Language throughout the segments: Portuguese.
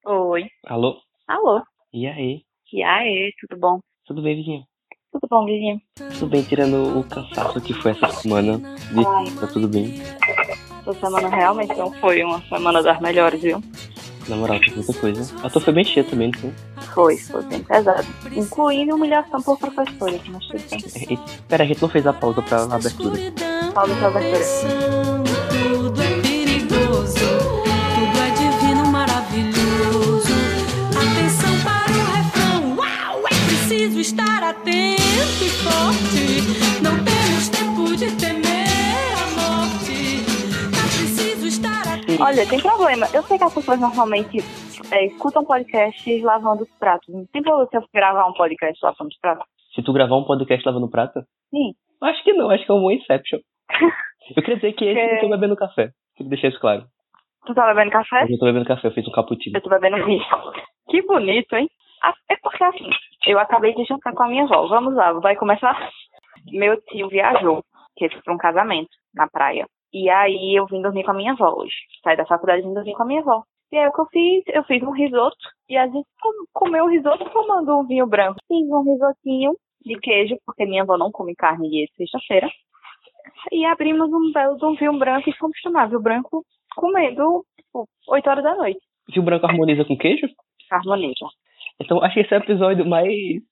Oi. Alô? Alô. E aí? E aí, tudo bom? Tudo bem, vizinho? Tudo bom, vizinho? Tudo bem, tirando o cansaço que foi essa semana. Tá tudo bem. Essa semana realmente não foi uma semana das melhores, viu? Na moral, tem muita coisa. A tua foi bem cheia também, não foi? Foi bem pesado. Incluindo humilhação por professores, mas tudo bem. Pera, a gente não fez a pausa pra abertura. Pausa pra abertura. Tudo é perigoso, tudo é divino, maravilhoso. Atenção para o refrão, uau! É preciso estar atento e forte. Não temos tempo de temer a morte. É preciso estar atento. Olha, tem problema. Eu sei que as pessoas normalmente escutam podcasts lavando os pratos. Não tem problema se eu gravar um podcast lavando os pratos? Se tu gravar um podcast lavando prato? Sim. Acho que não, acho que é um Inception. Eu queria dizer que esse eu tô bebendo café. Queria deixar isso claro. Tu tá bebendo café? Eu tô bebendo café, eu fiz um cappuccino. Eu tô bebendo vinho. Que bonito, hein? É porque assim, eu acabei de jantar com a minha avó. Vamos lá, vai começar. Meu tio viajou, que ele foi pra um casamento na praia. E aí eu vim dormir com a minha avó hoje. Saí da faculdade e vim dormir com a minha avó. E aí o que eu fiz? Eu fiz um risoto. E a gente comeu o risoto tomando um vinho branco. Fiz um risotinho de queijo, porque minha avó não come carne de sexta-feira. E abrimos um belo de um vinho branco e fomos tomar vinho branco comendo 8 horas da noite. Vinho branco harmoniza com queijo? Harmoniza. Então acho que esse é o episódio mais...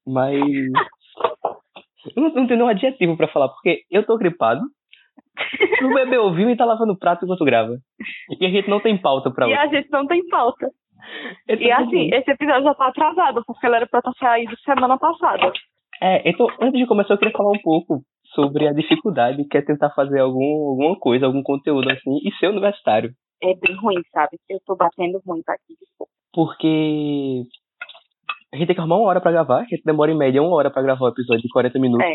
Eu não tenho nenhum adjetivo pra falar, porque eu tô gripado. Tu bebeu vinho e tá lavando prato enquanto grava. E a gente não tem pauta pra hoje. E a gente não tem pauta. Então, E assim, esse episódio já tá atrasado, porque ele era pra estar saído semana passada. Então, antes de começar, eu queria falar um pouco sobre a dificuldade que é tentar fazer alguma coisa, algum conteúdo assim, e ser universitário. É bem ruim, sabe? Eu tô batendo muito aqui. Porque a gente tem que arrumar 1 hora pra gravar, a gente demora em média 1 hora pra gravar um episódio de 40 minutos.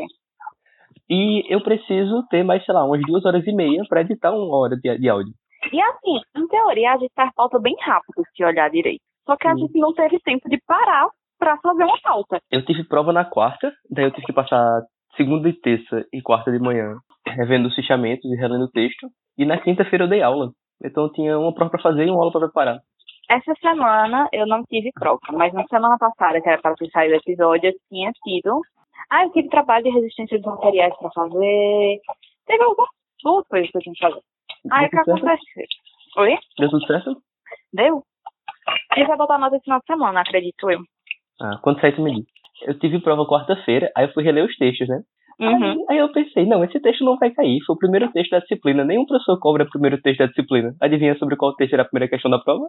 E eu preciso ter mais, sei lá, umas 2h30 pra editar 1 hora de áudio. E assim, em teoria, a gente faz pauta bem rápido, se olhar direito. Só que a gente não teve tempo de parar pra fazer uma pauta. Eu tive prova na quarta, daí eu tive que passar segunda e terça e quarta de manhã revendo os fichamentos e relendo o texto. E na quinta-feira eu dei aula. Então eu tinha uma prova pra fazer e uma aula pra preparar. Essa semana eu não tive prova, mas na semana passada, que era para ter saído o episódio, eu tinha tido. Eu tive trabalho de resistência de materiais pra fazer. Teve algumas duas coisas que eu tinha que fazer. O que acontece? Oi? Deu tudo certo? Deu? E vai botar nota esse final de semana, acredito eu. Quando sair tu me diz. Eu tive prova quarta-feira, aí eu fui reler os textos, né? Uhum. Aí eu pensei, não, esse texto não vai cair. Foi o primeiro texto da disciplina. Nenhum professor cobra o primeiro texto da disciplina. Adivinha sobre qual texto era a primeira questão da prova?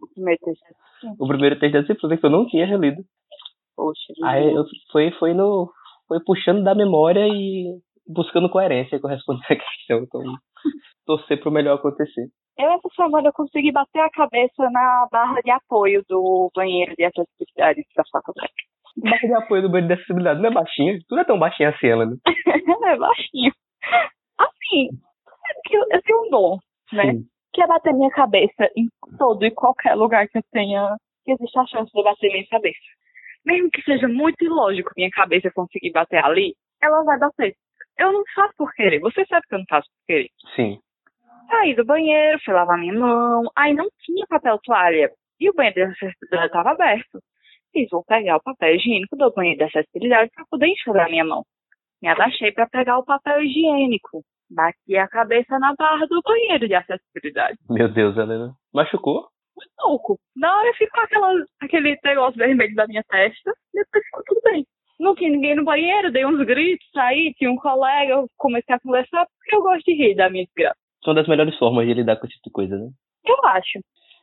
O primeiro texto da disciplina que eu não tinha relido. Poxa. Aí eu foi puxando da memória e buscando coerência com responder a questão. Então, torcer pro melhor acontecer. Essa semana eu consegui bater a cabeça na barra de apoio do banheiro de acessibilidade da faculdade. Barra de apoio do banheiro de acessibilidade não é baixinha? Tu não é tão baixinha assim, ela, né? É baixinho. Assim, eu tenho um dom, né? Sim. Que é bater minha cabeça em todo e qualquer lugar que eu tenha, que existe a chance de eu bater minha cabeça. Mesmo que seja muito ilógico minha cabeça conseguir bater ali, ela vai bater. Eu não faço por querer. Você sabe que eu não faço por querer. Sim. Saí do banheiro, fui lavar minha mão, aí não tinha papel toalha. E o banheiro de acessibilidade estava aberto. Vou pegar o papel higiênico do banheiro de acessibilidade para poder enxugar minha mão. Me agachei para pegar o papel higiênico. Bati a cabeça na barra do banheiro de acessibilidade. Meu Deus, Helena. Machucou? Um pouco. Na hora ficou aquele negócio vermelho da minha testa, depois ficou tudo bem. Não tinha ninguém no banheiro, dei uns gritos, saí, tinha um colega, eu comecei a conversar, porque eu gosto de rir da minha desgraça. São das melhores formas de lidar com esse tipo de coisa, né? Eu acho.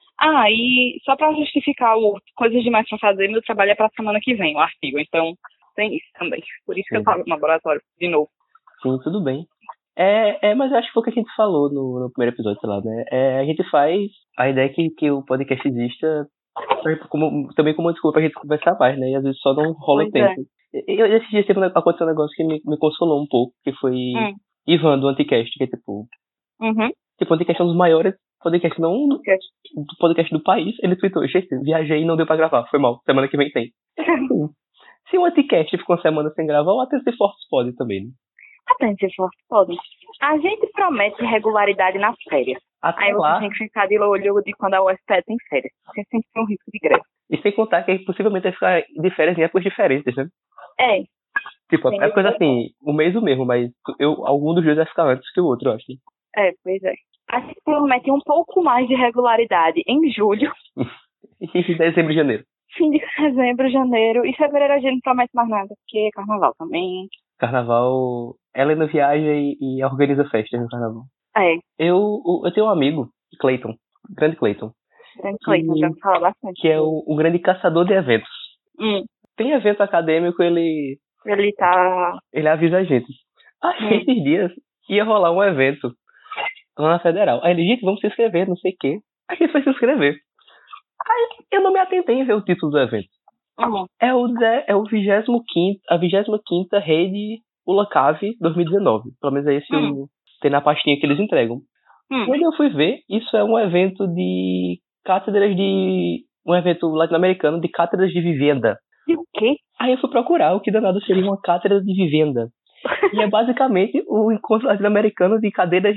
E só para justificar coisas demais para fazer, meu trabalho é para semana que vem, o artigo. Então, tem isso também. Por isso que eu tava no laboratório, de novo. Sim, tudo bem. Mas eu acho que foi o que a gente falou no primeiro episódio, sei lá, né? A gente faz a ideia que o podcast exista também como uma desculpa pra gente conversar mais, né? E às vezes só não rola o tempo. Esse dia aconteceu um negócio que me consolou um pouco, que foi Ivan, do Anticast, que é tipo... Tipo, o Anticast é um dos maiores podcasts, não do podcast do país. Ele tweetou, gente, viajei e não deu pra gravar, foi mal, semana que vem tem. Se o Anticast ficou uma semana sem gravar, o ATC Fortes pode também, né? Até se for, podem. A gente promete regularidade nas férias. Até Aí lá, você tem que ficar de olho de quando a UFPE tem férias. Porque sempre tem um risco de greve. e sem contar que possivelmente vai ficar de férias em épocas diferentes, né? É, Tipo, Sim, é coisa assim, o mês o mesmo, mas algum dos dias vai ficar antes que o outro, eu acho. pois é. A gente promete um pouco mais de regularidade em julho, E dezembro e janeiro. fim de dezembro, janeiro. E fevereiro a gente não promete mais nada, porque é carnaval também. Carnaval, Helena viaja e organiza festas no carnaval. É, Eu tenho um amigo, Clayton, grande Clayton, tem Cleiton, já me fala bastante. que é um grande caçador de eventos. Tem evento acadêmico, ele Ele avisa a gente. Esses dias ia rolar um evento lá na Federal. Aí ele, gente, vamos se inscrever, não sei o quê. Aí a gente foi se inscrever. Aí eu não me atentei em ver o título do evento. É o 25º, a 25ª Rede Ulacave 2019. Pelo menos é esse tem na pastinha que eles entregam. Quando eu fui ver, isso é um evento de cátedras de... um evento latino-americano de cátedras de vivenda. E o quê? Aí eu fui procurar o que danado seria uma cátedra de vivenda. E é basicamente o encontro latino-americano de cadeiras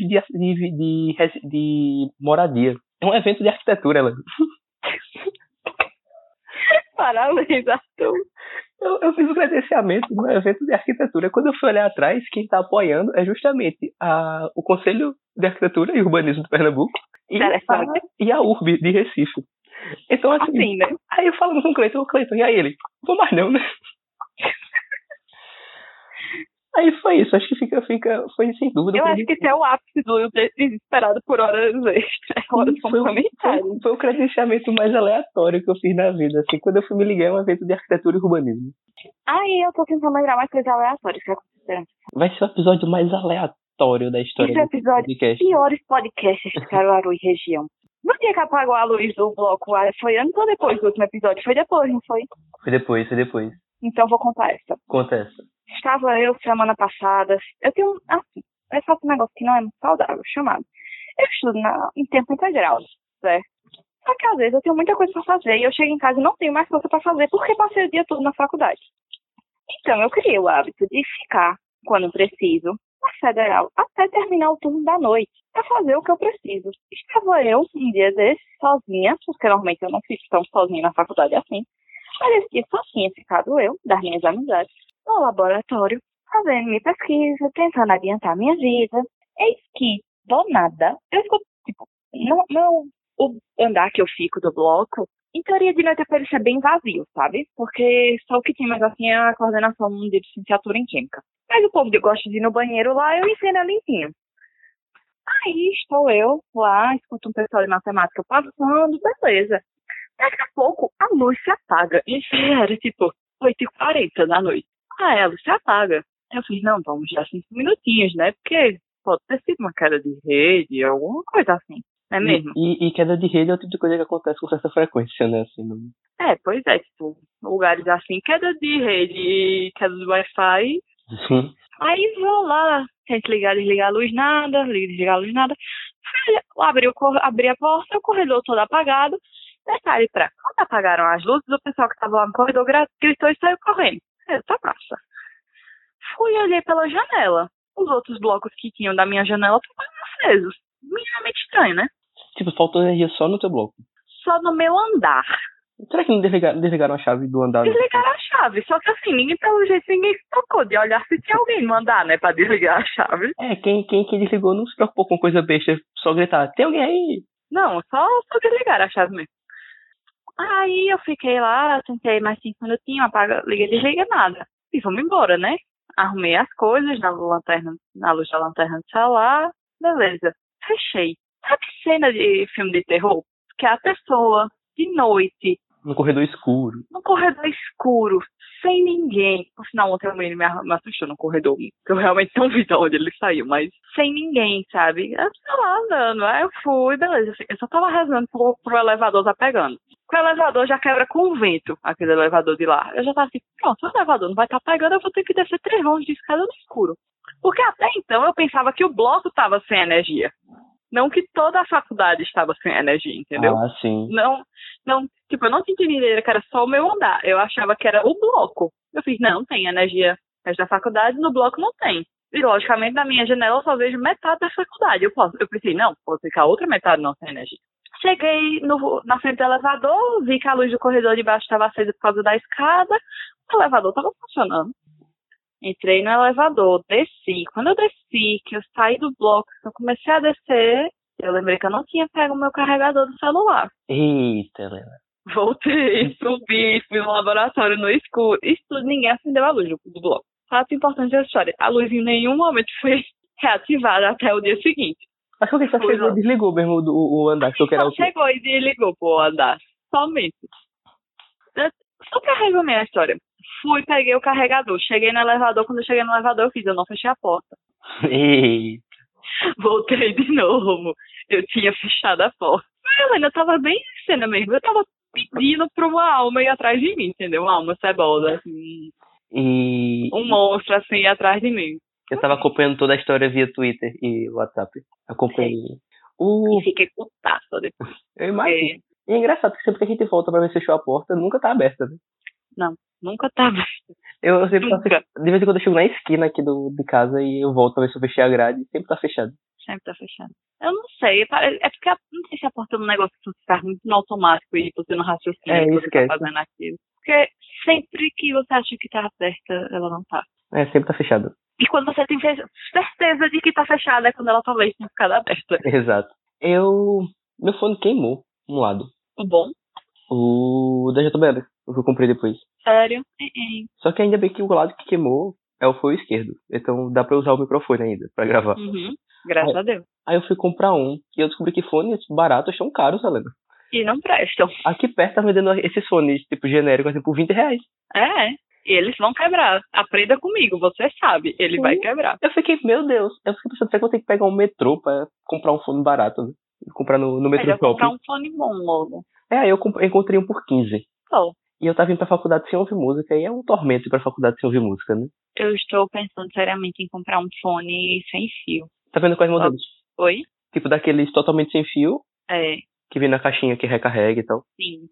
de moradia. É um evento de arquitetura, ela. Parabéns, Arthur. Eu fiz o credenciamento no evento de arquitetura. Quando eu fui olhar atrás, quem está apoiando é justamente o Conselho de Arquitetura e Urbanismo de Pernambuco e a URB de Recife. Então, assim, né? Aí eu falo com o Cleiton, e aí ele? Vou mais não, né? Aí foi isso, acho que foi sem dúvida. Eu acho que esse é o ápice do desesperado por horas extras, horas complementares. Foi o credenciamento mais aleatório que eu fiz na vida, assim, quando eu fui me ligar, é um evento de arquitetura e urbanismo. Aí eu tô tentando lembrar mais coisas aleatórias que aconteceram. Vai ser o episódio mais aleatório da história Esse episódio, podcast. Piores podcasts de Caruaru e região. No dia que apagou a luz do bloco, foi antes ou depois do último episódio? Foi depois, não foi? Foi depois. Então vou contar essa. Conta essa. Estava eu semana passada. Eu tenho eu faço um negócio que não é muito saudável, chamado. Eu estudo em tempo integral, certo? Só que às vezes eu tenho muita coisa pra fazer e eu chego em casa e não tenho mais coisa pra fazer porque passei o dia todo na faculdade. Então eu criei o hábito de ficar, quando preciso, na federal até terminar o turno da noite pra fazer o que eu preciso. Estava eu um dia desses, sozinha, porque normalmente eu não fico tão sozinha na faculdade assim. Mas esse dia só tinha ficado eu, das minhas amizades, no laboratório, fazendo minha pesquisa, tentando adiantar minha vida. Eis que, do nada, eu escuto, tipo, o andar que eu fico do bloco, em teoria de noite é pra ele ser bem vazio, sabe? Porque só o que tem mais assim é a coordenação de licenciatura em Química. Mas o povo gosta de ir no banheiro lá, eu ensino limpinho. Aí estou eu lá, escuto um pessoal de matemática passando, beleza. Daqui a pouco a luz se apaga. Isso era tipo 8h40 da noite. A luz se apaga. Eu fiz, não, vamos dar 5 minutinhos, né? Porque pode ter sido uma queda de rede, alguma coisa assim. Não é mesmo? E queda de rede é o tipo de coisa que acontece com certa frequência, né? Assim, não... Pois é, tipo, lugares assim, queda de rede e queda do Wi-Fi. Sim. Aí vou lá, tento ligar, desligar a luz, nada, desligar a luz, nada. Abri a porta, o corredor todo apagado. Detalhe pra quando apagaram as luzes, o pessoal que estava lá no corredor gritou e saiu correndo. Eita massa. Fui olhei pela janela. Os outros blocos que tinham da minha janela estavam acesos. Minimamente estranho, né? Tipo, faltou energia só no teu bloco. Só no meu andar. Será que não desligaram a chave do andar? Desligaram a chave. Só que assim, pelo jeito, ninguém se tocou de olhar se tinha alguém no andar, né? Pra desligar a chave. Quem desligou não se preocupou com coisa besta. Só gritar, tem alguém aí? Não, só desligaram a chave mesmo. Aí eu fiquei lá, tentei mais 5 minutinhos, liga, desliga, nada. E vamos embora, né? Arrumei as coisas na luz da lanterna do celular, beleza. Fechei. Sabe cena de filme de terror? Que é a pessoa, de noite... No corredor escuro. Sem ninguém. Por sinal, ontem o menino me assustou no corredor. Eu realmente não vi de onde ele saiu, mas sem ninguém, sabe? Eu tava lá andando, aí eu fui, beleza. Eu só tava rezando pro elevador tá pegando. Porque o elevador já quebra com o vento, aquele elevador de lá. Eu já tava assim, pronto, o elevador não vai estar pegando, eu vou ter que descer 3 rounds de escada no escuro. Porque até então eu pensava que o bloco tava sem energia. Não que toda a faculdade estava sem energia, entendeu? Ah, sim. Não, tipo, eu não tinha entendido que era só o meu andar. Eu achava que era o bloco. Eu fiz, não tem energia. Mas da faculdade, no bloco não tem. E, logicamente, na minha janela eu só vejo metade da faculdade. Eu pensei, não, posso ficar a outra metade não sem energia. Cheguei na frente do elevador, vi que a luz do corredor de baixo estava acesa por causa da escada. O elevador estava funcionando. Entrei no elevador, desci. Quando eu desci, que eu saí do bloco, que eu comecei a descer, eu lembrei que eu não tinha pego o meu carregador do celular. Eita, Helena. Voltei, subi, fui no laboratório no escuro. Isso tudo, ninguém acendeu a luz do bloco. Fato importante da história. A luz em nenhum momento foi reativada até o dia seguinte. Acho que só chegou e desligou mesmo o andar. Que era Só chegou e desligou pro andar. Somente. Só pra resumir a história. Fui, peguei o carregador. Cheguei no elevador. Quando eu cheguei no elevador, eu não fechei a porta. Eita. Voltei de novo. Eu tinha fechado a porta. Mas eu ainda tava bem em cena mesmo. Eu tava pedindo pra uma alma ir atrás de mim, entendeu? Uma alma cebola, assim. Um monstro, assim, ir atrás de mim. Eu tava acompanhando toda a história via Twitter e WhatsApp. Acompanhei. E fiquei putaça depois. Eu imagino. E é engraçado que sempre que a gente volta pra ver se fechou a porta, nunca tá aberta, né? Não, nunca tá aberta. Eu sempre de vez em quando eu chego na esquina aqui de casa e eu volto pra ver se eu fechei a grade e sempre tá fechado. Sempre tá fechado. Eu não sei, é porque não sei se a porta é um negócio que você faz muito no automático e você não raciocina que você tá fazendo aquilo. Porque sempre que você acha que tá aberta, ela não tá. Sempre tá fechada. E quando você tem certeza de que tá fechada, é quando ela talvez tenha ficado aberta. Exato. Meu fone queimou um lado. O bom? O da JBL, o que eu comprei depois. Sério? Só que ainda bem que o lado que queimou foi o esquerdo. Então dá pra usar o microfone ainda pra gravar. Graças a Deus. Aí eu fui comprar um e eu descobri que fones baratos são caros, Helena. E não prestam. Aqui perto tá vendendo esses fones, tipo, genéricos, assim, por R$20. E eles vão quebrar. Aprenda comigo, você sabe. Ele vai quebrar. Eu fiquei, meu Deus. Eu fiquei pensando, será que eu vou ter que pegar um metrô pra comprar um fone barato, né? Comprar no metrô shopping. comprar um fone bom logo. Aí eu encontrei um por 15. Oh. E eu tava indo pra faculdade sem ouvir música, e é um tormento ir pra faculdade sem ouvir música, né? Eu estou pensando seriamente em comprar um fone sem fio. Tá vendo quais modelos? Oi? Tipo daqueles totalmente sem fio. Que vem na caixinha que recarrega e tal. Sim.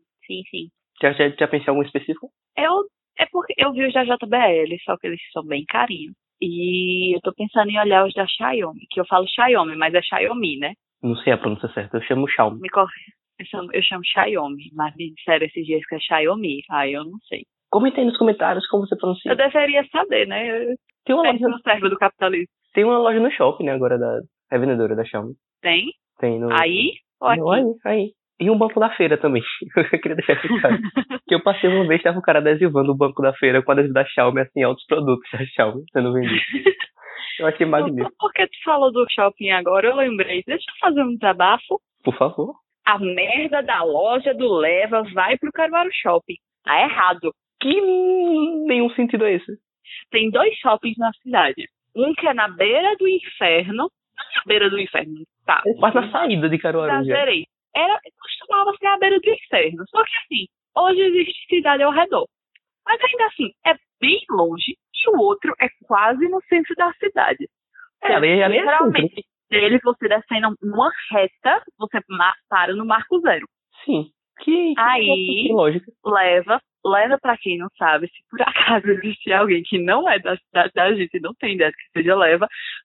Já pensei em algum específico? É porque eu vi os da JBL, só que eles são bem carinhos. E eu tô pensando em olhar os da Xiaomi, que eu falo Xiaomi, mas é Xiaomi, né? Não sei a pronúncia certa, eu chamo Xiaomi. Me corre. Eu chamo Xiaomi, mas me disseram esses dias que é Xiaomi, aí eu não sei. Comentei nos comentários como você pronuncia. Eu deveria saber, né? Tem uma loja no servo do capitalismo. Tem uma loja no shopping, né, agora da revendedora da Xiaomi. Tem? Tem no... Aí? Ou aqui? Aí. E um banco da feira também. Eu queria deixar isso claro. Que eu passei uma vez, tava o cara adesivando o banco da feira com adesivo da Xiaomi, assim, altos produtos da Xiaomi sendo vendidos. Eu achei magnífico. Porque tu falou do shopping agora, eu lembrei. Deixa eu fazer um desabafo. Por favor. A merda da loja do Leva vai pro Caruaru Shopping. Tá errado. Que nenhum sentido é esse? Tem 2 shoppings na cidade. Um que é na beira do inferno. Não é na beira do inferno, tá? Quase na saída de Caruaru já. Costumava ser a beira do inferno. Só que assim, hoje existe cidade ao redor. Mas ainda assim, é bem longe e o outro é quase no centro da cidade. Literalmente, você descendo uma reta, você para no Marco Zero. Sim. Que lógica. Leva pra quem não sabe, se por acaso existir alguém que não é da cidade da gente e não tem ideia que seja Leva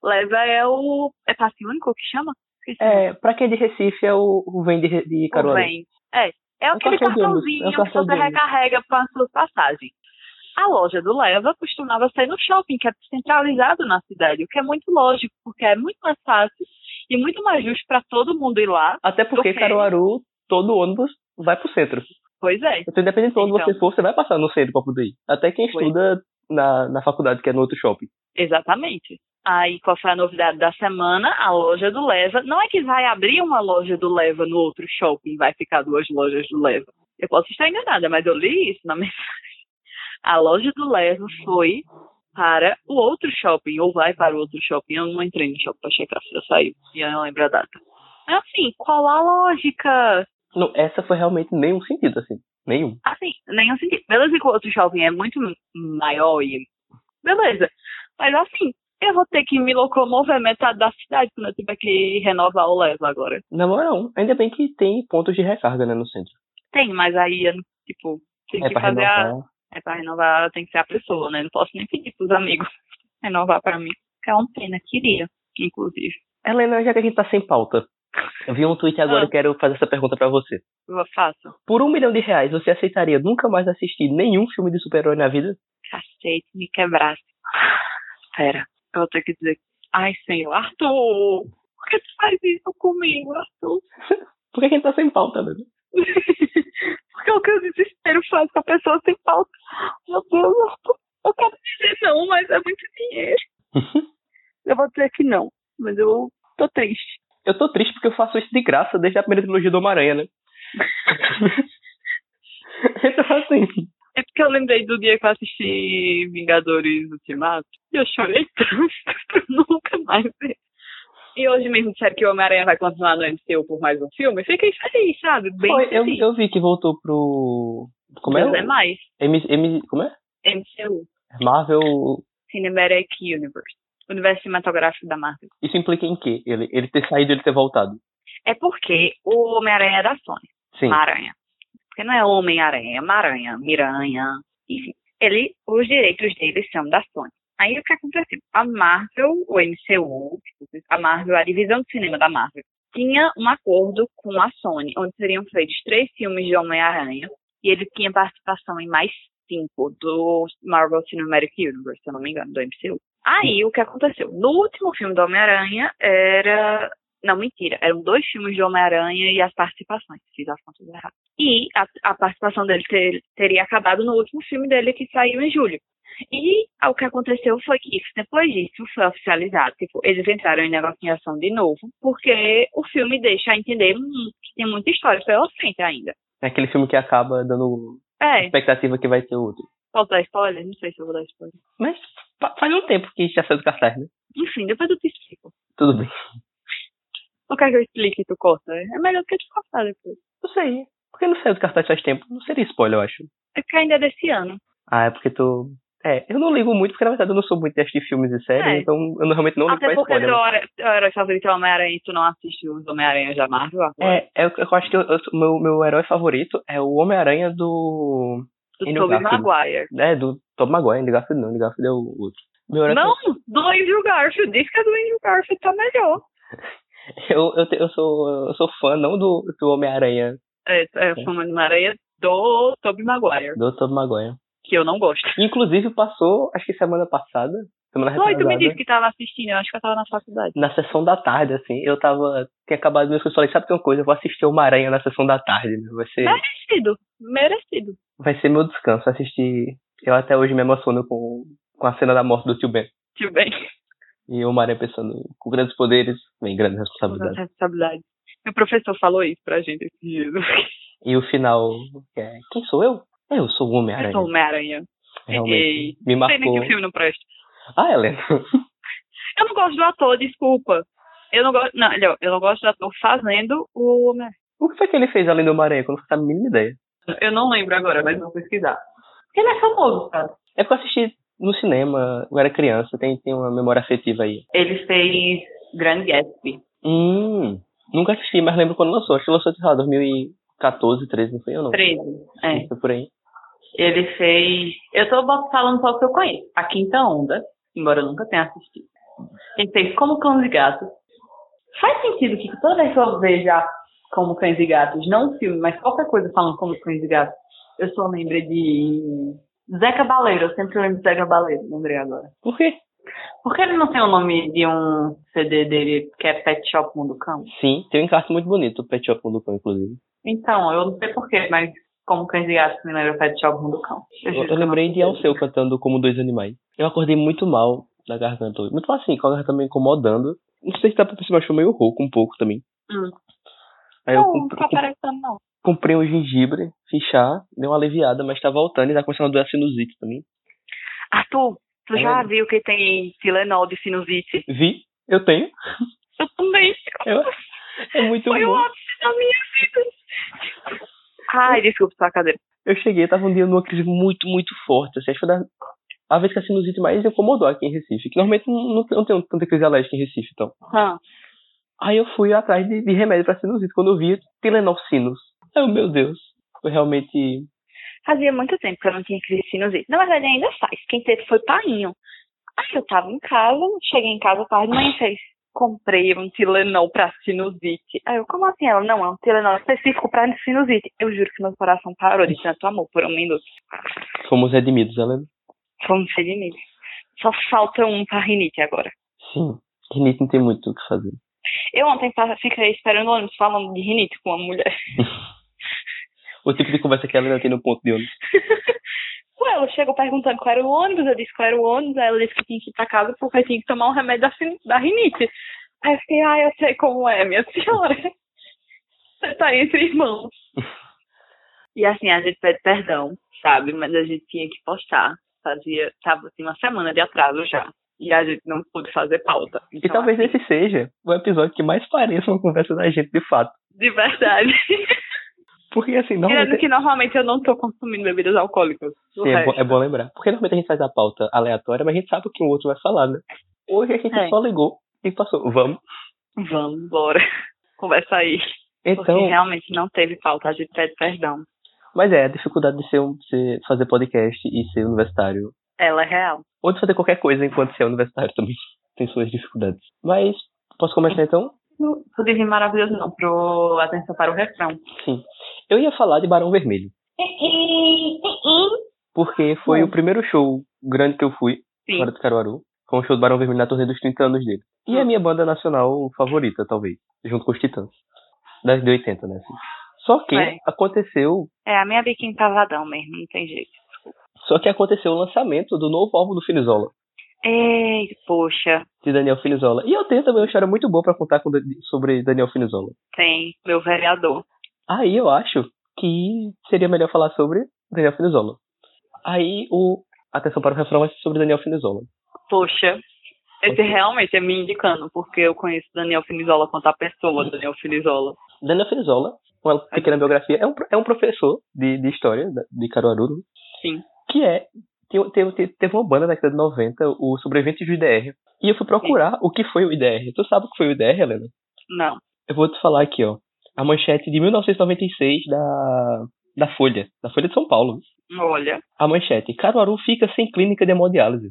é passe único que chama? Pra quem é de Recife é o Vem de Caruaru. É aquele cartãozinho que você recarrega para as suas passagens. A loja do Leva costumava ser no shopping, que é centralizado na cidade, o que é muito lógico, porque é muito mais fácil e muito mais justo para todo mundo ir lá. Até porque Caruaru, todo ônibus vai pro centro. Pois é. Então, independente de onde você for, você vai passar no centro para poder ir. Até quem estuda na faculdade, que é no outro shopping. Exatamente. Aí, qual foi a novidade da semana? A loja do Leva. Não é que vai abrir uma loja do Leva no outro shopping, vai ficar 2 lojas do Leva. Eu posso estar enganada, mas eu li isso na mensagem. A loja do Leva foi para o outro shopping, ou vai para o outro shopping. Eu não entrei no shopping para checar se já saiu, e eu não lembro a data. Mas assim, qual a lógica? Não, essa foi realmente nenhum sentido, assim. Nenhum. Assim, nenhum sentido. Beleza que o outro shopping é muito maior e... Beleza. Mas assim, eu vou ter que me locomover metade da cidade quando eu tiver que renovar o Leva agora. Na moral, ainda bem que tem pontos de recarga, né, no centro. Tem, mas aí, tipo, tem que fazer renovar. pra renovar, tem que ser a pessoa, né? Não posso nem pedir pros amigos renovar pra mim. É uma pena, queria, inclusive. Helena, já que a gente tá sem pauta, eu vi um tweet agora e quero fazer essa pergunta pra você. Eu faço. Por R$1 milhão, você aceitaria nunca mais assistir nenhum filme de super-herói na vida? Cacete, me quebrasse. Pera, eu vou ter que dizer. Ai, senhor, Arthur! Por que tu faz isso comigo, Arthur? Por que a gente tá sem pauta, Helena? Porque é o que o desespero faz com a pessoa sem pauta. Meu Deus, Arthur, eu quero dizer não, mas é muito dinheiro. Eu vou dizer que não, mas eu tô triste. Eu tô triste porque eu faço isso de graça desde a primeira trilogia do Homem-Aranha, né? Então, assim... É porque eu lembrei do dia que eu assisti Vingadores Ultimato e eu chorei tanto, nunca mais ver. E hoje mesmo disseram que o Homem-Aranha vai continuar no MCU por mais um filme. Fiquei feliz, sabe? Bem feliz. Eu vi que voltou pro... Como Deus é? É mais. Como é? MCU. Marvel... Cinematic Universe. Universo cinematográfico da Marvel. Isso implica em quê? Ele ter saído e ele ter voltado? É porque o Homem-Aranha é da Sony. Sim. Maranha. Porque não é Homem-Aranha, é Maranha, Miranha, enfim. Os direitos dele são da Sony. Aí o que aconteceu? A Marvel, o MCU, a Marvel, a divisão de cinema da Marvel, tinha um acordo com a Sony, onde seriam feitos 3 filmes de Homem-Aranha, e ele tinha participação em mais 5 do Marvel Cinematic Universe, se eu não me engano, do MCU. Aí o que aconteceu? No último filme do Homem-Aranha era... Não, mentira. Eram 2 filmes de Homem-Aranha e as participações. Fiz as contas erradas. E a participação dele teria acabado no último filme dele, que saiu em julho. E o que aconteceu foi que depois disso foi oficializado. Tipo, eles entraram em negociação de novo, porque o filme deixa a entender que tem muita história pela frente ainda. É aquele filme que acaba dando expectativa que vai ter outro. Posso dar spoiler? Não sei se eu vou dar spoiler. Mas faz um tempo que já saiu do cartaz, né? Enfim, depois eu te explico. Tudo bem. Não quer que eu explique e tu corta? É melhor do que tu cortar depois. Não sei. Porque não saiu do cartaz faz tempo. Não seria spoiler, eu acho. É porque ainda é desse ano. Ah, é porque tu... eu não ligo muito, porque na verdade eu não sou muito de assistir filmes e séries, então eu realmente não ligo pra spoiler. Até porque teu herói favorito é o Homem-Aranha e tu não assiste os Homem-Aranha da Marvel agora. Eu acho que meu herói favorito é o Homem-Aranha do Tobey Maguire. Do Tobey Maguire, Andrew Garfield não, Andrew Garfield é o outro. Não, do Andrew Garfield, diz que é do Andrew Garfield, tá melhor. Eu sou fã não do Homem-Aranha. Fã do Homem-Aranha do Tobey Maguire. Do Tobey Maguire. Que eu não gosto. Inclusive passou, acho que semana passada. Semana retrasada. Tu me disse que tava assistindo, eu acho que eu tava na faculdade. Na sessão da tarde, assim, tinha acabado minhas coisas, falei, sabe que uma coisa, eu vou assistir Homem-Aranha na sessão da tarde, né? Vai ser... Merecido. Vai ser meu descanso, assistir, eu até hoje me emociono com a cena da morte do Tio Ben. Tio Ben. E o Homem-Aranha pensando, com grandes poderes, vem grandes responsabilidades. Meu professor falou isso pra gente esse dia. E o final, quem sou eu? Eu sou o Homem-Aranha. Eu sou o Homem-Aranha. Realmente, me marcou. Não sei nem que o filme não presta. Helena. Eu não gosto do ator, desculpa. Eu não gosto do ator fazendo o Homem-Aranha. O que foi que ele fez além do Homem-Aranha? Que eu não faço a mínima ideia. Eu não lembro agora, mas vou pesquisar. Ele é famoso, cara. É porque eu assisti no cinema, eu era criança, tem uma memória afetiva aí. Ele fez Grand Gatsby. Nunca assisti, mas lembro quando lançou. Acho que lançou, sei lá, 2014, 13, não foi ou não? 13, Foi por aí. Ele fez... Eu tô falando só o que eu conheço. A Quinta Onda, embora eu nunca tenha assistido. Ele fez Como Cães e Gatos. Faz sentido que toda vez que eu veja Como Cães e Gatos, não um filme, mas qualquer coisa falando Como Cães e Gatos, eu só lembro de Zé Cabaleiro. Eu sempre lembro de Zé Cabaleiro, lembrei agora. Por quê? Porque ele não tem o nome de um CD dele que é Pet Shop Mundo Cão? Sim, tem um encarte muito bonito, o Pet Shop Mundo Cão, inclusive. Então, eu não sei porquê, mas Como Cães e Gatos me lembra Pet Shop Mundo Cão. Eu lembrei de Alceu cantando Como Dois Animais. Eu acordei muito mal da garganta hoje. Muito mal assim, com a garganta me incomodando. Não sei se dá pra perceber, mas foi meio rouco um pouco também. Aí não tá aparecendo não. Comprei um gengibre, fiz chá, deu uma aliviada, mas tá voltando e tá começando a doer a sinusite também. Arthur, tu já viu que tem Tilenol de sinusite? Vi, eu tenho. Eu também. É muito Foi bom. o ápice da minha vida. Ai, desculpa, sua cadeira. Eu cheguei, tava um dia numa crise muito, muito forte. Assim, acho que foi a vez que a sinusite mais incomodou aqui em Recife. Que normalmente não tem tanta crise alérgica em Recife, então. Aí eu fui atrás de remédio pra sinusite. Quando eu vi, Tilenol Sinus. Ai, meu Deus. Foi realmente... Fazia muito tempo que eu não tinha crise de sinusite. Na verdade, ainda faz. Quem teve foi painho. Aí eu tava em casa, cheguei em casa tarde de manhã e fez. Comprei um Tilenol pra sinusite. Aí eu, como assim? Ela, não, é um Tilenol específico pra sinusite. Eu juro que meu coração parou de tanto amor por um minuto. Fomos redimidos, Helena. Fomos redimidos. Só falta um pra rinite agora. Sim. Rinite não tem muito o que fazer. Eu ontem fiquei esperando o ônibus falando de rinite com uma mulher. O tipo de conversa que a Helena tem no ponto de ônibus. Ué, ela chegou perguntando qual era o ônibus, eu disse qual era o ônibus, aí ela disse que tinha que ir pra casa porque tinha que tomar um remédio da rinite. Aí eu fiquei, eu sei como é, minha senhora. Você tá entre irmãos. E assim, a gente pede perdão, sabe? Mas a gente tinha que postar. Tava assim, uma semana de atraso já. E a gente não pôde fazer pauta. Então, e talvez assim, esse seja o episódio que mais pareça uma conversa da gente, de fato. de verdade. Porque assim, Tirando normalmente... que normalmente eu não tô consumindo bebidas alcoólicas. Sim, é bom lembrar. Porque normalmente a gente faz a pauta aleatória, mas a gente sabe o que o outro vai falar, né? Hoje a gente só ligou e passou. Vamos, bora. Conversa aí. Então, porque realmente não teve pauta, a gente pede perdão. Mas a dificuldade de fazer podcast e ser universitário. Ela é real. Ou de fazer qualquer coisa enquanto ser universitário também tem suas dificuldades. Mas, posso começar então? O Divino Maravilhoso não, pro Atenção para o Refrão. Sim. Eu ia falar de Barão Vermelho. Porque foi o primeiro show grande que eu fui, fora de Caruaru. Foi um show do Barão Vermelho na turnê dos 30 anos dele. E é a minha banda nacional favorita, talvez. Junto com os Titãs. Das de 80, né? Assim. Só que aconteceu... É, a minha biquinha cavadão mesmo, não tem jeito. Só que aconteceu o lançamento do novo álbum do Finizola. Ei, poxa. De Daniel Finizola. E eu tenho também uma história muito boa pra contar sobre Daniel Finizola. Tem, meu vereador. Aí eu acho que seria melhor falar sobre Daniel Finizola. Aí Atenção para o Refrão vai ser sobre Daniel Finizola. Poxa, esse realmente é me indicando, porque eu conheço Daniel Finizola quanto a pessoa Daniel Finizola. Daniel Finizola, uma pequena biografia, é um professor de história de Caruaru. Sim. Que teve uma banda na década de 90, o Sobreviventes do IDR. E eu fui procurar o que foi o IDR. Tu sabe o que foi o IDR, Helena? Não. Eu vou te falar aqui, ó. A manchete de 1996 da Folha. Da Folha de São Paulo. Olha. A manchete. Caruaru fica sem clínica de hemodiálise.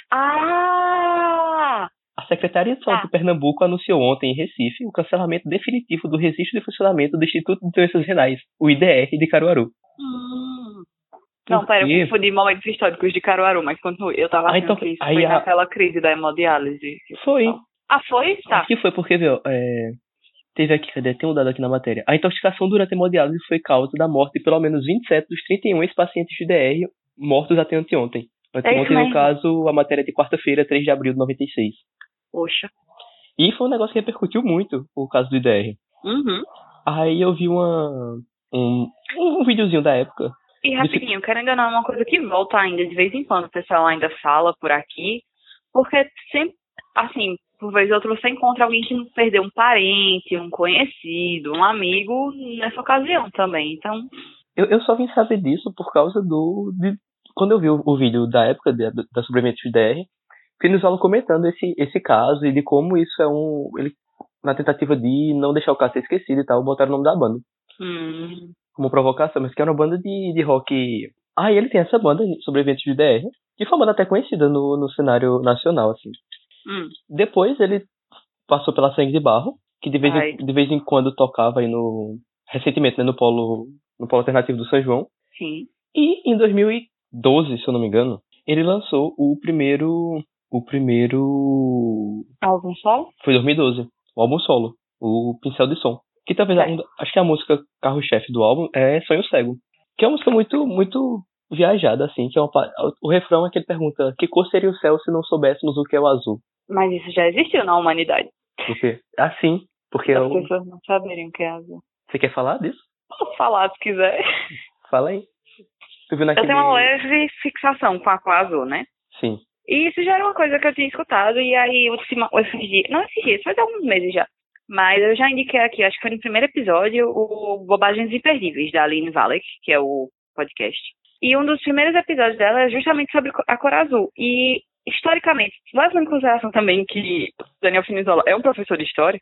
Ah! A Secretaria de Saúde de Pernambuco anunciou ontem em Recife o cancelamento definitivo do registro de funcionamento do Instituto de Doenças Renais, o IDR de Caruaru. Não, pera, eu confundi momentos históricos de Caruaru, mas continue. Eu tava achando que isso foi naquela crise da hemodiálise. Foi. Foi? Tá. Acho que foi, porque, viu, teve aqui, tem um dado aqui na matéria. A intoxicação durante a hemodiálise foi causa da morte de pelo menos 27 dos 31 ex-pacientes de IDR mortos até anteontem. Anteontem, no caso, a matéria de quarta-feira, 3 de abril de 96. Poxa. E foi um negócio que repercutiu muito, o caso do IDR. Uhum. Aí eu vi um videozinho da época. E rapidinho, querendo ou não, é uma coisa que volta ainda, de vez em quando o pessoal ainda fala por aqui, porque sempre, assim, por vez ou outra você encontra alguém que perdeu um parente, um conhecido, um amigo nessa ocasião também, então... Eu só vim saber disso por causa quando eu vi o vídeo da época da Sobreviventes do IDR, Finizola comentando esse caso e de como isso é ele, na tentativa de não deixar o caso ser esquecido e tal, botaram o nome da banda. Como provocação, mas que era uma banda de rock. E ele tem essa banda, Sobreviventes do IDR, que foi uma banda até conhecida no cenário nacional, assim. Depois ele passou pela Sangue de Barro, que de vez em quando tocava aí recentemente, né, no polo alternativo do São João. Sim. E em 2012, se eu não me engano, ele lançou o primeiro álbum solo? Foi 2012, o álbum solo, o Pincel de Som. Que talvez, acho que a música carro-chefe do álbum é Sonho Cego. Que é uma música muito, muito viajada, assim. Que o refrão é que ele pergunta: que cor seria o céu se não soubéssemos o que é o azul? Mas isso já existiu na humanidade. Por quê? Sim. Porque as pessoas não saberiam o que é azul. Você quer falar disso? Posso falar se quiser. Fala aí. Eu tenho uma leve fixação com a cor azul, né? Sim. E isso já era uma coisa que eu tinha escutado. E aí, esses dias, faz alguns meses já. Mas eu já indiquei aqui, acho que foi no primeiro episódio, o Bobagens Imperdíveis, da Aline Valek, que é o podcast. E um dos primeiros episódios dela é justamente sobre a cor azul. E, historicamente, levando em consideração também que Daniel Finizola é um professor de história,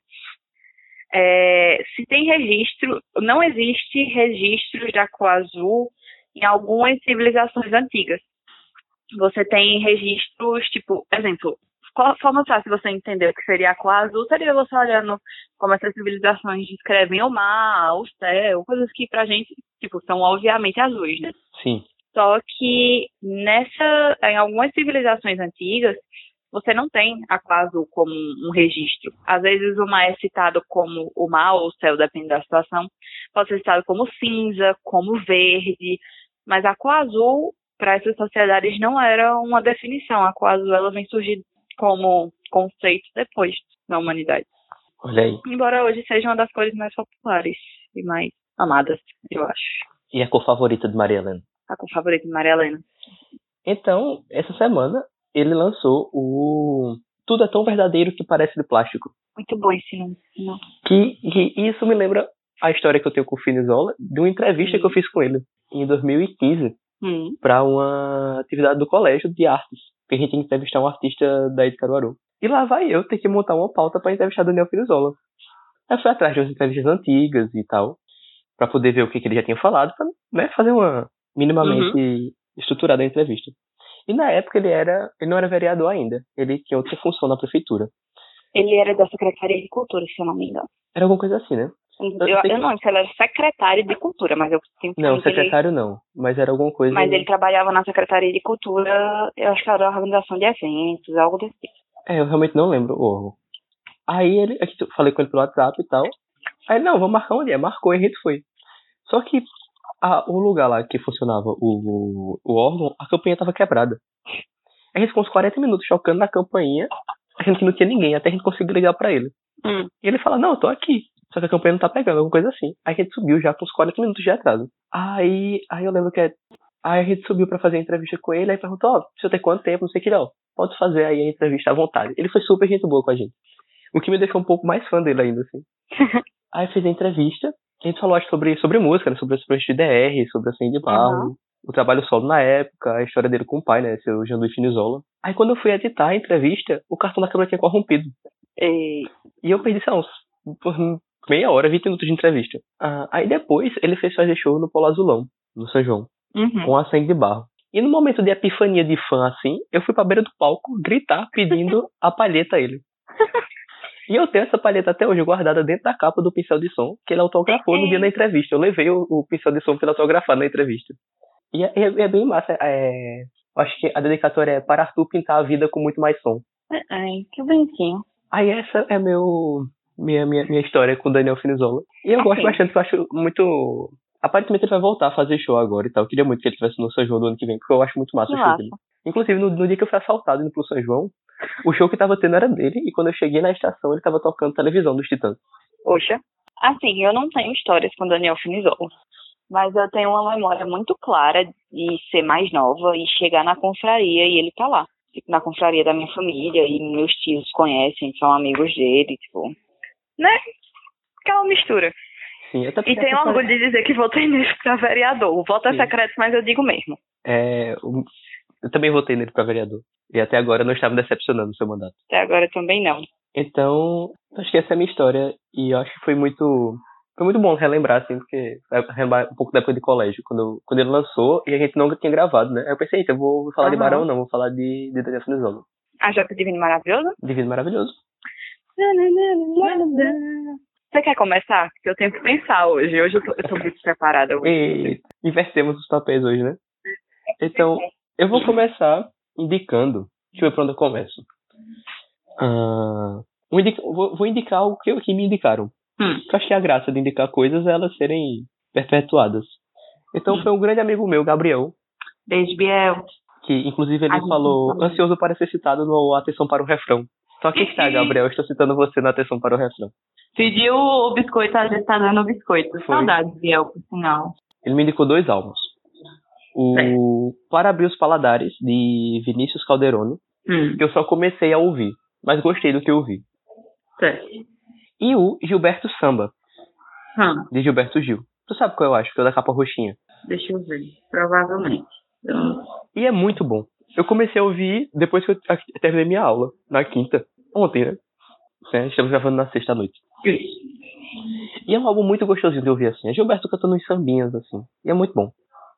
se tem registro, não existe registro da cor azul em algumas civilizações antigas. você tem registros, tipo, exemplo, forma fácil você entender o que seria a cor azul, seria você olhando como essas civilizações descrevem o mar, o céu, coisas que pra gente, tipo, são obviamente azuis, né? Sim. Só que em algumas civilizações antigas, você não tem a cor azul como um registro. Às vezes o mar é citado como o mar ou o céu, depende da situação. Pode ser citado como cinza, como verde, mas a cor azul, para essas sociedades, não era uma definição. A cor azul ela vem surgir como conceito depois na humanidade. Olha aí. Embora hoje seja uma das cores mais populares e mais amadas, eu acho. E a cor favorita de Maria Helena? A cor favorita de Maria Helena. Então, essa semana, ele lançou o Tudo é Tão Verdadeiro que Parece de Plástico. Muito bom esse nome. Que isso me lembra a história que eu tenho com o Finizola, de uma entrevista que eu fiz com ele em 2015, para uma atividade do colégio de artes, que a gente tinha que entrevistar um artista daí de Caruaru. E lá vai eu ter que montar uma pauta para entrevistar Daniel Finizola. Eu fui atrás de umas entrevistas antigas e tal, para poder ver o que ele já tinha falado, para, né, fazer uma minimamente estruturada entrevista. E na época ele não era vereador ainda, ele tinha outra função na prefeitura. Ele era da Secretaria de Cultura, se eu não me engano. Era alguma coisa assim, né? Eu não lembro se ele era secretário de Cultura, mas eu tenho que Não, secretário não, mas era alguma coisa... Mas ele trabalhava na Secretaria de Cultura, eu acho que era organização de eventos, algo desse tipo. Eu realmente não lembro o órgão. Aí eu falei com ele pelo WhatsApp e tal. Aí ele, não, vamos marcar um dia. Marcou e a gente foi. Só que o lugar lá que funcionava o órgão, a campainha tava quebrada. A gente ficou uns 40 minutos chocando na campainha, achando que não tinha ninguém, até a gente conseguiu ligar pra ele. E ele fala, não, eu tô aqui. Só que a campainha não tá pegando, alguma coisa assim. Aí a gente subiu já com uns 40 minutos de atraso. Aí eu lembro que... Aí a gente subiu pra fazer a entrevista com ele, aí perguntou, precisa ter quanto tempo, não sei o que não. Pode fazer aí a entrevista à vontade. Ele foi super gente boa com a gente. O que me deixou um pouco mais fã dele ainda, assim. Aí fez a entrevista, a gente falou acho, sobre música, né? Sobre as projetos de DR, sobre a Senha de Barro, o trabalho solo na época, a história dele com o pai, né? Seu Jean Luiz Finizola. Aí quando eu fui editar a entrevista, o cartão da câmera tinha corrompido. E eu perdi, sei lá, por meia hora, 20 minutos de entrevista. Aí depois ele fez fazer show no Polo Azulão, no São João, com a Senha de Barro. E no momento de epifania de fã, assim, eu fui pra beira do palco gritar, pedindo a palheta a ele. E eu tenho essa palheta até hoje guardada dentro da capa do pincel de som, que ele autografou no dia da entrevista. Eu levei o pincel de som pra ele autografar na entrevista. E é bem massa. Eu acho que a dedicatória é para Arthur pintar a vida com muito mais som. Ai, que bonitinho. Aí essa é minha história com o Daniel Finizola. E eu gosto bastante, eu acho muito... Aparentemente ele vai voltar a fazer show agora e tal. Eu queria muito que ele estivesse no São João do ano que vem, porque eu acho muito massa o show dele. Inclusive, no dia que eu fui assaltado indo pro São João, o show que tava tendo era dele, e quando eu cheguei na estação, ele tava tocando televisão dos Titãs. Poxa. Assim, eu não tenho histórias com Daniel Finizola, mas eu tenho uma memória muito clara de ser mais nova e chegar na confraria e ele tá lá. Tipo, na confraria da minha família, e meus tios conhecem, são amigos dele, tipo... Né? Aquela mistura. Sim, e tenho orgulho de dizer que votei nele pra vereador. O voto é secreto, mas eu digo mesmo. Eu também votei nele pra vereador. E até agora não estava me decepcionando o seu mandato. Até agora também não. Então, acho que essa é a minha história. E eu acho que foi muito bom relembrar, assim, porque relembrar um pouco da época de colégio, quando ele lançou e a gente nunca tinha gravado, né? Aí eu pensei, eu vou falar de Barão, não, vou falar de Daniel Finizola. Já que Divino Maravilhoso? Divino Maravilhoso. Você quer começar? Porque eu tenho que pensar hoje. Hoje eu tô muito preparada. E invertemos os papéis hoje, né? Então, eu vou começar indicando... Deixa eu ver pra onde eu começo. Vou indicar o que me indicaram. Eu acho que a graça de indicar coisas é elas serem perpetuadas. Então foi um grande amigo meu, Gabriel. Beijo, Biel. Que inclusive ele falou, ansioso para ser citado no Atenção para o Refrão. Então aqui está, Gabriel, eu estou citando você na Atenção para o Refrão. Pediu o biscoito, a gente tá dando o biscoito. Foi. Saudades, Biel, por sinal. Ele me indicou 2 álbuns. O Para Abrir os Paladares, de Vinícius Calderoni, que eu só comecei a ouvir, mas gostei do que eu ouvi. Certo. E o Gilberto Samba, de Gilberto Gil. Tu sabe qual eu acho? Que é o da capa roxinha. Deixa eu ver. Provavelmente. E é muito bom. Eu comecei a ouvir depois que eu terminei minha aula, na quinta. Ontem, né? Estamos gravando na sexta à noite. Isso. E é um álbum muito gostosinho de ouvir, assim. É Gilberto cantando uns sambinhas, assim. E é muito bom.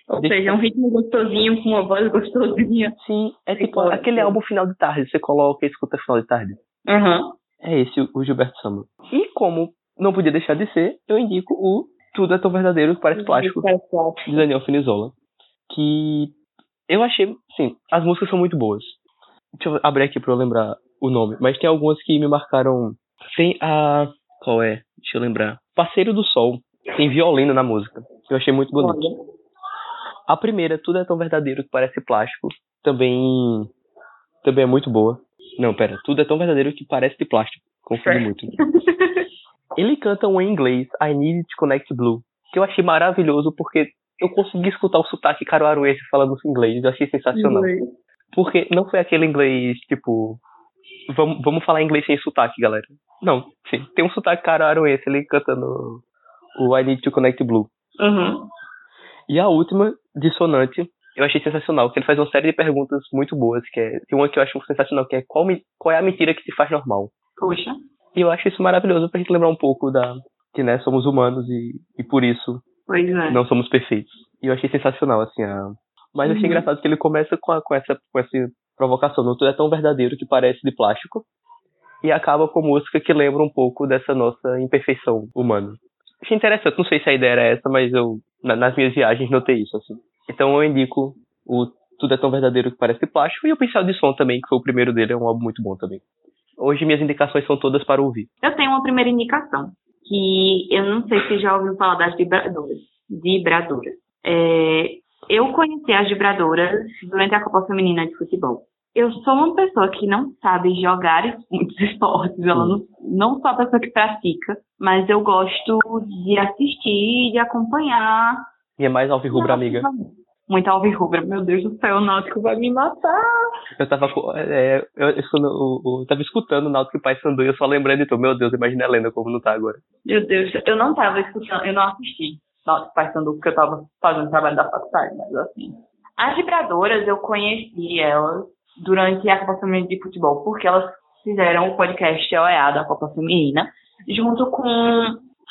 Ou seja, é um ritmo gostosinho, com uma voz gostosinha. Sim, é tipo aquele álbum final de tarde. Você coloca e escuta final de tarde. Uhum. É esse o Gilberto Samba. E como não podia deixar de ser, eu indico o Tudo é Tão Verdadeiro que Parece Plástico, de Daniel Finizola. Que eu achei, sim, as músicas são muito boas. Deixa eu abrir aqui pra eu lembrar o nome. Mas tem algumas que me marcaram. Tem a... Qual é? Deixa eu lembrar. Parceiro do Sol. Tem violino na música. Eu achei muito bonito. A primeira, Tudo é Tão Verdadeiro que Parece Plástico, também é muito boa. Não, pera. Tudo é Tão Verdadeiro que Parece de Plástico. Confundi muito. Ele canta um em inglês, I Need to Connect Blue, que eu achei maravilhoso porque eu consegui escutar o sotaque caruaruense falando inglês. Eu achei sensacional. Porque não foi aquele inglês, tipo... Vamos falar inglês sem sotaque, galera. Não, sim. Tem um sotaque caruaruense ele cantando o I Need to Connect Blue. Uhum. E a última, Dissonante, eu achei sensacional, que ele faz uma série de perguntas muito boas, tem uma que eu acho sensacional, que é qual é a mentira que se faz normal? Poxa. E eu acho isso maravilhoso pra gente lembrar um pouco que, né, somos humanos e por isso não somos perfeitos. E eu achei sensacional, assim, mas eu achei engraçado que ele começa com essa provocação, não tudo é tão verdadeiro que parece de plástico, e acaba com música que lembra um pouco dessa nossa imperfeição humana. Achei interessante, não sei se a ideia era essa, mas eu, nas minhas viagens, notei isso, assim. Então eu indico o Tudo é Tão Verdadeiro que Parece de Plástico e o Pincel de Som também, que foi o primeiro dele, é um álbum muito bom também. Hoje minhas indicações são todas para ouvir. Eu tenho uma primeira indicação, que eu não sei se já ouviu falar das vibradoras. Eu conheci as vibradoras durante a Copa Feminina de Futebol. Eu sou uma pessoa que não sabe jogar muitos esportes, ela não sou a pessoa que pratica, mas eu gosto de assistir e de acompanhar. E é mais alvirrubra, amiga. Muito alvirrubra, meu Deus do céu, o Náutico vai me matar. Eu tava escutando o Náutico e Paysandu e eu só lembrando de tu, meu Deus, imagina a Helena como não tá agora. Meu Deus, eu não tava escutando, eu não assisti Náutico e Paysandu porque eu tava fazendo trabalho da faculdade, mas assim. As vibradoras, eu conheci elas durante a Copa Feminina de Futebol, porque elas fizeram o podcast OEA da Copa Feminina, junto com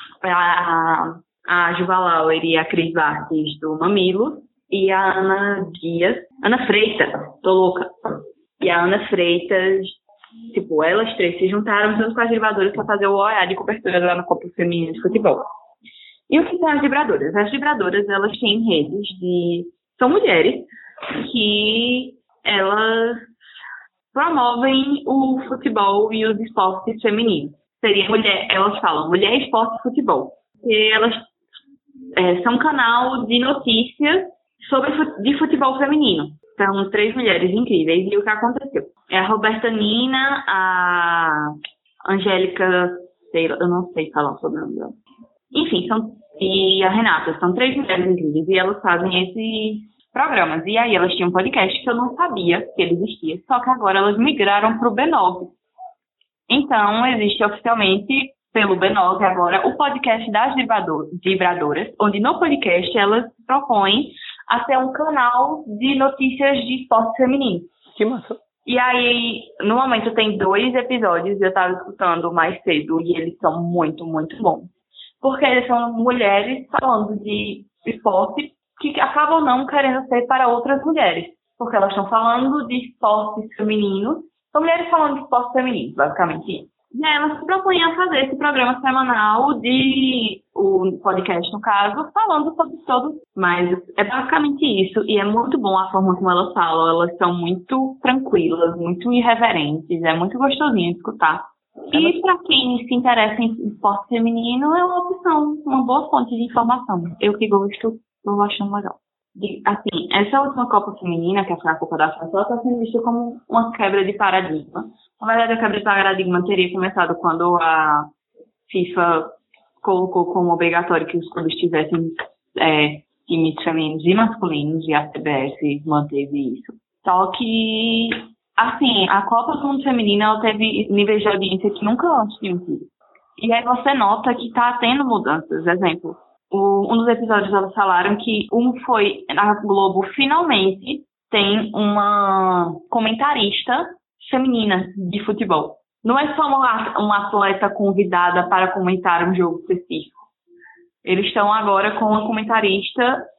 a Juva Lauer e a Cris Bartes do Mamilo, e a Ana Freitas, tô louca. E a Ana Freitas, tipo, elas três se juntaram junto com as vibradoras para fazer o OEA de cobertura lá na Copa Feminina de Futebol. E o que são as vibradoras? As vibradoras, elas têm redes são mulheres que elas promovem o futebol e os esportes femininos. Elas falam mulher, esporte e futebol. E elas são um canal de notícias de futebol feminino. São 3 mulheres incríveis. E o que aconteceu? É a Roberta Nina, a Angélica, eu não sei falar sobre o nome dela. Enfim, e a Renata, são 3 mulheres incríveis. E elas fazem esses programas. E aí elas tinham um podcast que eu não sabia que ele existia, só que agora elas migraram para o B9. Então, existe oficialmente, pelo B9 agora, o podcast das vibradoras, onde no podcast elas propõem a ser um canal de notícias de esporte feminino. Que massa! E aí, no momento tem 2 episódios, eu estava escutando mais cedo, e eles são muito, muito bons. Porque eles são mulheres falando de esporte que acabam não querendo ser para outras mulheres, porque elas estão falando de esportes femininos, são mulheres falando de esportes femininos, basicamente isso. E aí elas se propõem a fazer esse programa semanal o podcast, no caso, falando sobre tudo, mas é basicamente isso, e é muito bom a forma como elas falam, elas são muito tranquilas, muito irreverentes, é muito gostosinho de escutar. E para quem se interessa em esporte feminino, é uma opção, uma boa fonte de informação. Eu que gosto, estou achando legal. Assim, essa última Copa Feminina, que foi a Copa da França, ela está sendo vista como uma quebra de paradigma. Na verdade, a quebra de paradigma teria começado quando a FIFA colocou como obrigatório que os clubes tivessem times femininos e masculinos, e a CBF manteve isso. Só que, assim, a Copa do Mundo Feminina ela teve níveis de audiência que nunca antes tinham tido. E aí você nota que está tendo mudanças. Exemplo, um dos episódios elas falaram que a Globo finalmente tem uma comentarista feminina de futebol. Não é só uma atleta convidada para comentar um jogo específico. Eles estão agora com uma comentarista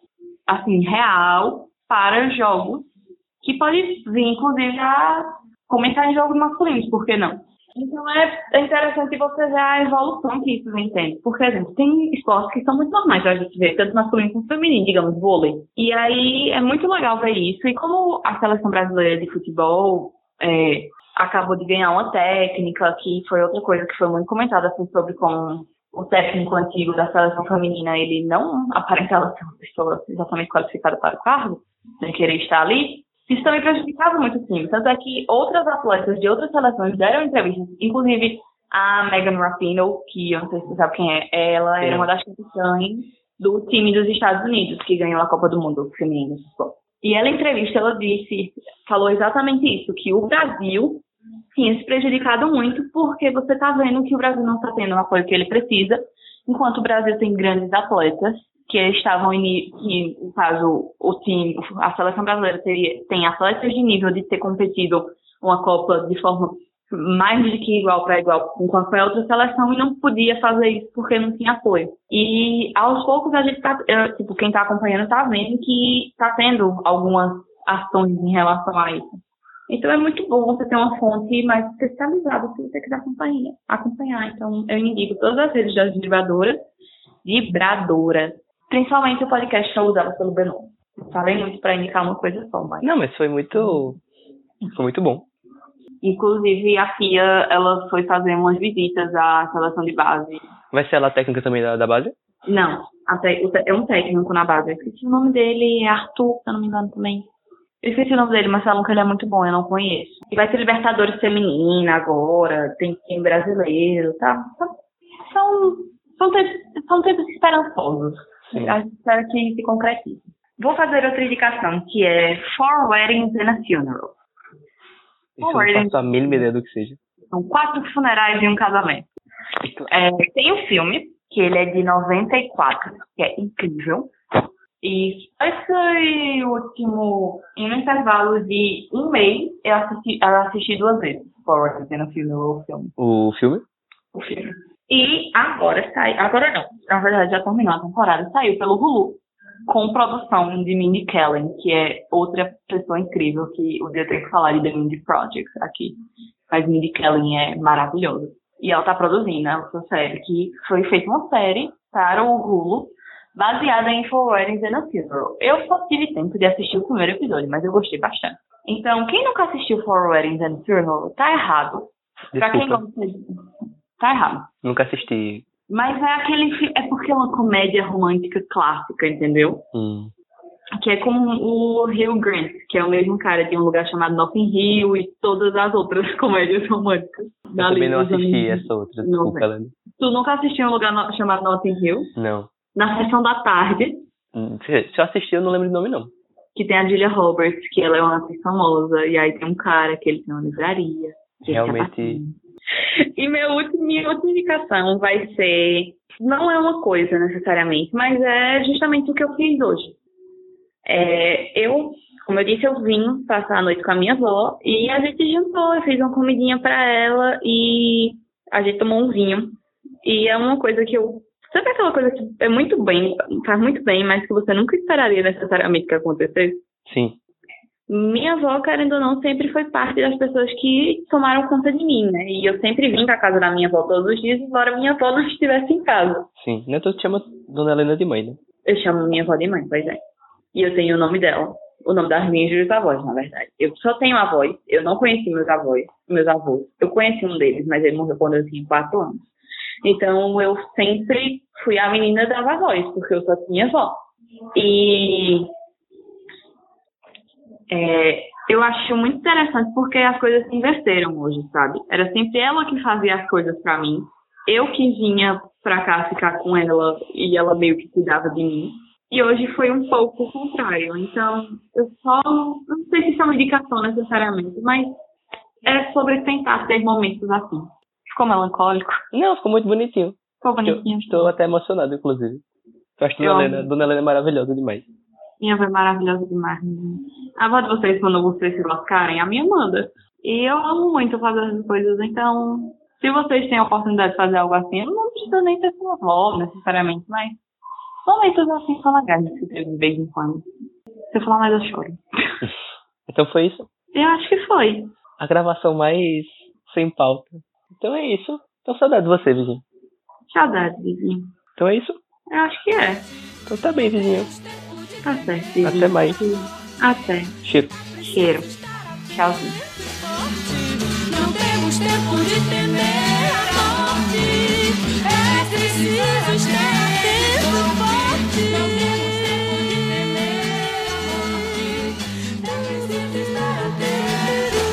assim, real para jogos que pode vir, inclusive, a comentar em jogos masculinos, por que não? Então é interessante você ver a evolução que isso vem tendo. Por exemplo, tem esportes que são muito normais pra gente ver, tanto masculino como feminino, digamos, vôlei. E aí é muito legal ver isso. E como a seleção brasileira de futebol acabou de ganhar uma técnica, que foi outra coisa que foi muito comentada, assim, sobre como o técnico antigo da seleção feminina, ele não aparentava ser uma pessoa exatamente qualificada para o cargo, sem querer estar ali. Isso também prejudicava muito o time. Tanto é que outras atletas de outras seleções deram entrevistas, inclusive a Megan Rapinoe, que eu não sei se você sabe quem é, ela era uma das capitães do time dos Estados Unidos, que ganhou a Copa do Mundo feminino. E ela, em entrevista, falou exatamente isso, que o Brasil tinha se prejudicado muito porque você está vendo que o Brasil não está tendo o apoio que ele precisa, enquanto o Brasil tem grandes atletas que estavam que, no caso, a seleção brasileira tem atletas de nível de ter competido uma Copa de forma mais do que igual para igual com qualquer outra seleção e não podia fazer isso porque não tinha apoio. E aos poucos a gente quem está acompanhando está vendo que está tendo algumas ações em relação a isso. Então é muito bom você ter uma fonte mais especializada se você quiser acompanhar. Então eu indico todas as redes das vibradoras, principalmente o podcast que eu usava pelo Benon. Falei muito para indicar uma coisa só, mas... Não, mas foi muito bom. Inclusive, a Pia, ela foi fazer umas visitas à seleção de base. Vai ser ela a técnica também da base? Não, é um técnico na base. Eu esqueci o nome dele, é Arthur, se eu não me engano também. Eu esqueci o nome dele, mas falam que ele é muito bom, eu não conheço. E vai ter Libertadores feminina agora, tem time brasileiro, tá? São tempos esperançosos. Sim. A gente espera que se concretize. Vou fazer outra indicação, que é Four Weddings and a Funeral. Isso eu não faço a mínima ideia do que seja. São 4 funerais e um casamento. Tem um filme, que ele é de 94, que é incrível. E esse último, em um intervalo de um mês, eu assisti 2 vezes. Four Weddings and a Funeral, o filme. O filme? O filme. E agora não, na verdade já terminou a temporada, saiu pelo Hulu, com produção de Mindy Kaling, que é outra pessoa incrível, que o dia eu tenho que falar de The Mindy Project aqui, mas Mindy Kaling é maravilhosa. E ela tá produzindo essa série, que foi feita uma série para o Hulu, baseada em Four Weddings and a Funeral. Eu só tive tempo de assistir o primeiro episódio, mas eu gostei bastante. Então, quem nunca assistiu Four Weddings and a Funeral, tá errado. Pra quem gosta de... Tá errado. Nunca assisti. Mas é porque é uma comédia romântica clássica, entendeu? Que é como o Hugh Grant, que é o mesmo cara de Um Lugar Chamado Notting Hill e todas as outras comédias românticas. Eu também não assisti essa outra, desculpa, Helena. Tu nunca assistiu Um Lugar Chamado Notting Hill? Não. Na Sessão da Tarde. Se eu assisti, eu não lembro do nome, não. Que tem a Julia Roberts, que ela é uma atriz famosa, e aí tem um cara que ele tem uma livraria. Realmente... E minha última indicação vai ser, não é uma coisa necessariamente, mas é justamente o que eu fiz hoje. Como eu disse, eu vim passar a noite com a minha avó e a gente jantou, eu fiz uma comidinha pra ela e a gente tomou um vinho. E é uma coisa que sabe aquela coisa que faz muito bem, mas que você nunca esperaria necessariamente que acontecesse? Sim. Minha avó, querendo ou não, sempre foi parte das pessoas que tomaram conta de mim, né? E eu sempre vim pra casa da minha avó todos os dias, embora minha avó não estivesse em casa. Sim, né? Tu chama Dona Helena de mãe, né? Eu chamo minha avó de mãe, pois é. E eu tenho o nome dela, o nome das minhas duas avós, na verdade. Eu só tenho avós, eu não conheci meus avós. Eu conheci um deles, mas ele morreu quando eu tinha 4 anos. Então, eu sempre fui a menina das avós, porque eu só tinha avó. E... eu acho muito interessante porque as coisas se inverteram hoje, sabe? Era sempre ela que fazia as coisas pra mim. Eu que vinha pra cá ficar com ela e ela meio que cuidava de mim. E hoje foi um pouco o contrário. Então, eu não sei se isso é uma indicação necessariamente, mas é sobre tentar ter momentos assim. Ficou melancólico? Não, ficou muito bonitinho. Ficou bonitinho. Estou até emocionado, inclusive. Eu acho que Dona Helena é maravilhosa demais. Minha avó é maravilhosa demais. A avó de vocês, quando vocês se lascarem, a minha manda. E eu amo muito fazer essas coisas. Então, se vocês têm a oportunidade de fazer algo assim, eu não preciso nem ter sua avó, necessariamente, mas Momentos assim são legais de vez em quando. Se eu falar mais, eu choro. Então foi isso. Eu acho que foi. A gravação mais sem pauta. Então é isso. Então saudade de você, vizinho. Saudade, vizinho. Então é isso. Eu acho que é. Então tá bem, vizinho. Tá certo, vizinho. Até mais. Até. Cheiro. Cheiro. Tchauzinho. Não temos tempo de temer.